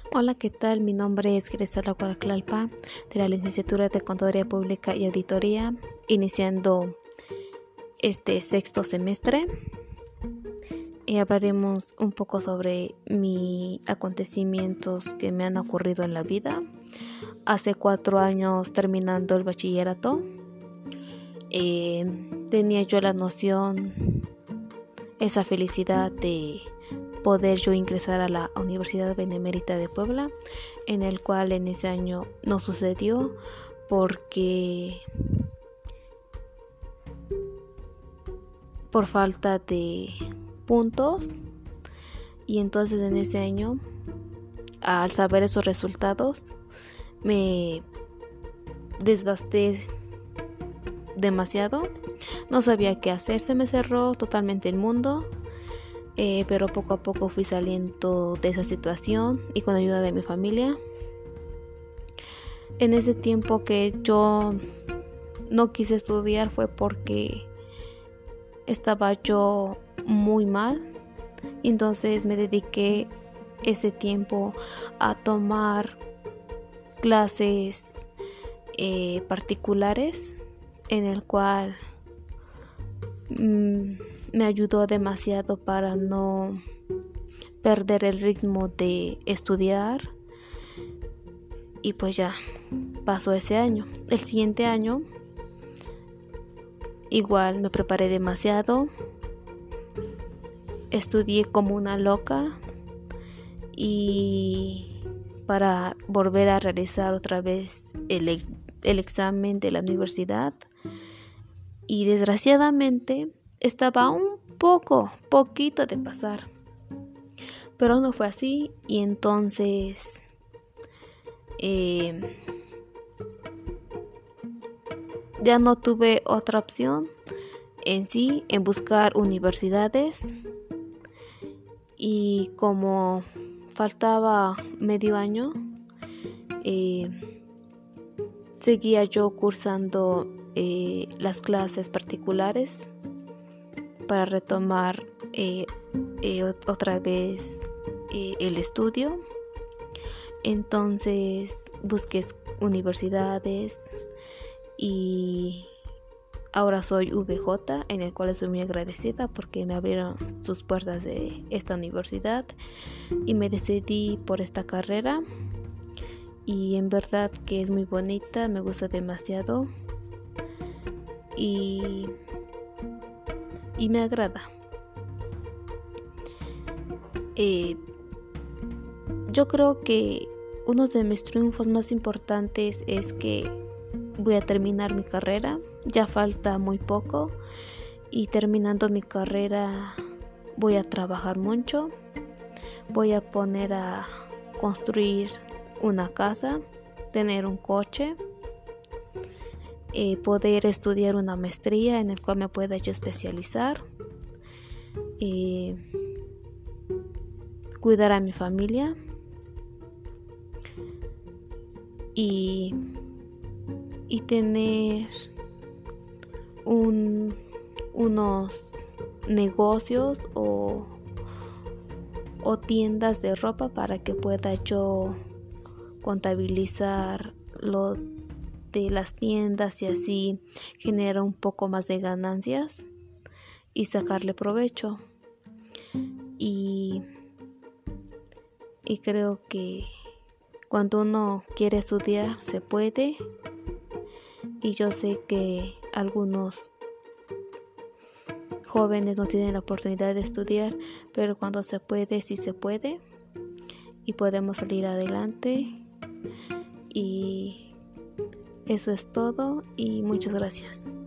Hola, ¿qué tal? Mi nombre es Grisela Guaraclalpa, de la Licenciatura de Contaduría Pública y Auditoría, iniciando este sexto semestre. Y hablaremos un poco sobre mis acontecimientos que me han ocurrido en la vida. Hace 4 años, terminando el bachillerato, tenía yo la noción, esa felicidad de poder yo ingresar a la Universidad Benemérita de Puebla, en el cual en ese año no sucedió porque por falta de puntos. Y entonces en ese año, al saber esos resultados, me desbasté demasiado. No sabía qué hacer, se me cerró totalmente el mundo. Pero poco a poco fui saliendo de esa situación y con ayuda de mi familia. En ese tiempo que yo no quise estudiar fue porque estaba yo muy mal. Entonces me dediqué ese tiempo a tomar clases particulares, en el cual me ayudó demasiado para no perder el ritmo de estudiar. Y pues ya pasó ese año. El siguiente año igual me preparé demasiado, estudié como una loca y para volver a realizar otra vez el examen de la universidad. Y desgraciadamente estaba un poquito de pasar, pero no fue así. Y entonces ya no tuve otra opción en buscar universidades. Y como faltaba medio año, seguía yo cursando las clases particulares para retomar otra vez el estudio. Entonces busqué universidades y ahora soy VJ, en el cual estoy muy agradecida porque me abrieron sus puertas de esta universidad y me decidí por esta carrera. Y en verdad que es muy bonita, me gusta demasiado y me agrada. Yo creo que uno de mis triunfos más importantes es que voy a terminar mi carrera. Ya falta muy poco y terminando mi carrera voy a trabajar mucho. Voy a poner a construir una casa, tener un coche, poder estudiar una maestría en el cual me pueda yo especializar, cuidar a mi familia y tener unos negocios o tiendas de ropa para que pueda yo contabilizar lo de las tiendas y así generar un poco más de ganancias y sacarle provecho. Y creo que cuando uno quiere estudiar se puede, y yo sé que algunos jóvenes no tienen la oportunidad de estudiar, pero cuando se puede, sí se puede y podemos salir adelante. Y eso es todo y muchas gracias.